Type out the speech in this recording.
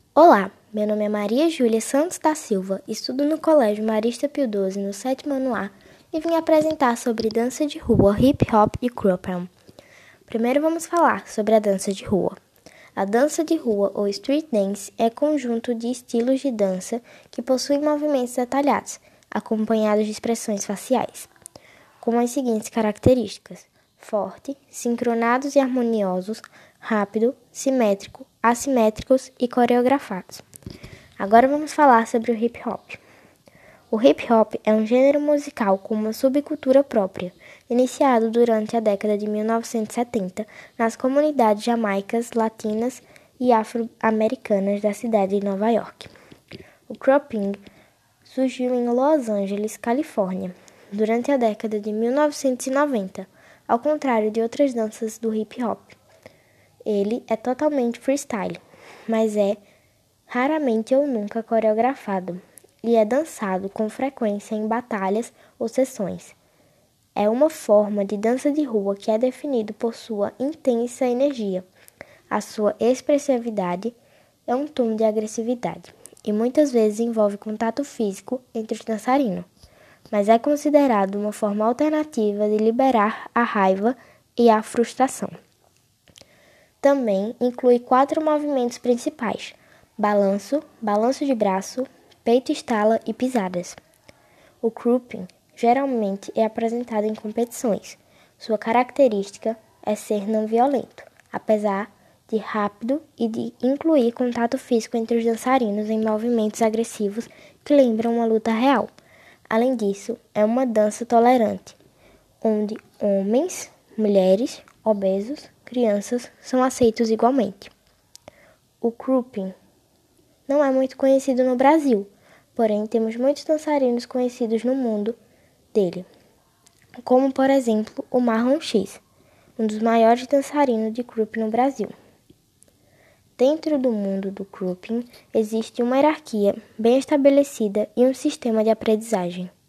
Olá, meu nome é Maria Júlia Santos da Silva, estudo no Colégio Marista Pio XII, no 7º ano A, e vim apresentar sobre dança de rua, hip hop e croupin. Primeiro vamos falar sobre a dança de rua. A dança de rua, ou street dance, é conjunto de estilos de dança que possuem movimentos detalhados, acompanhados de expressões faciais, com as seguintes características: forte, sincronados e harmoniosos, rápido, simétrico, assimétricos e coreografados. Agora vamos falar sobre o hip hop. O hip hop é um gênero musical com uma subcultura própria, iniciado durante a década de 1970 nas comunidades jamaicas, latinas e afro-americanas da cidade de Nova York. O croupin surgiu em Los Angeles, Califórnia, durante a década de 1990, ao contrário de outras danças do hip hop. Ele é totalmente freestyle, mas é raramente ou nunca coreografado e é dançado com frequência em batalhas ou sessões. É uma forma de dança de rua que é definido por sua intensa energia, a sua expressividade é um tom de agressividade e muitas vezes envolve contato físico entre os dançarinos, mas é considerado uma forma alternativa de liberar a raiva e a frustração. Também inclui 4 movimentos principais: balanço, balanço de braço, peito estala e pisadas. O croupin geralmente é apresentado em competições. Sua característica é ser não violento, apesar de rápido e de incluir contato físico entre os dançarinos em movimentos agressivos que lembram uma luta real. Além disso, é uma dança tolerante, onde homens, mulheres, obesos, crianças são aceitos igualmente. O croupin não é muito conhecido no Brasil, porém temos muitos dançarinos conhecidos no mundo dele, como por exemplo o Marlon X, um dos maiores dançarinos de croupin no Brasil. Dentro do mundo do croupin existe uma hierarquia bem estabelecida e um sistema de aprendizagem.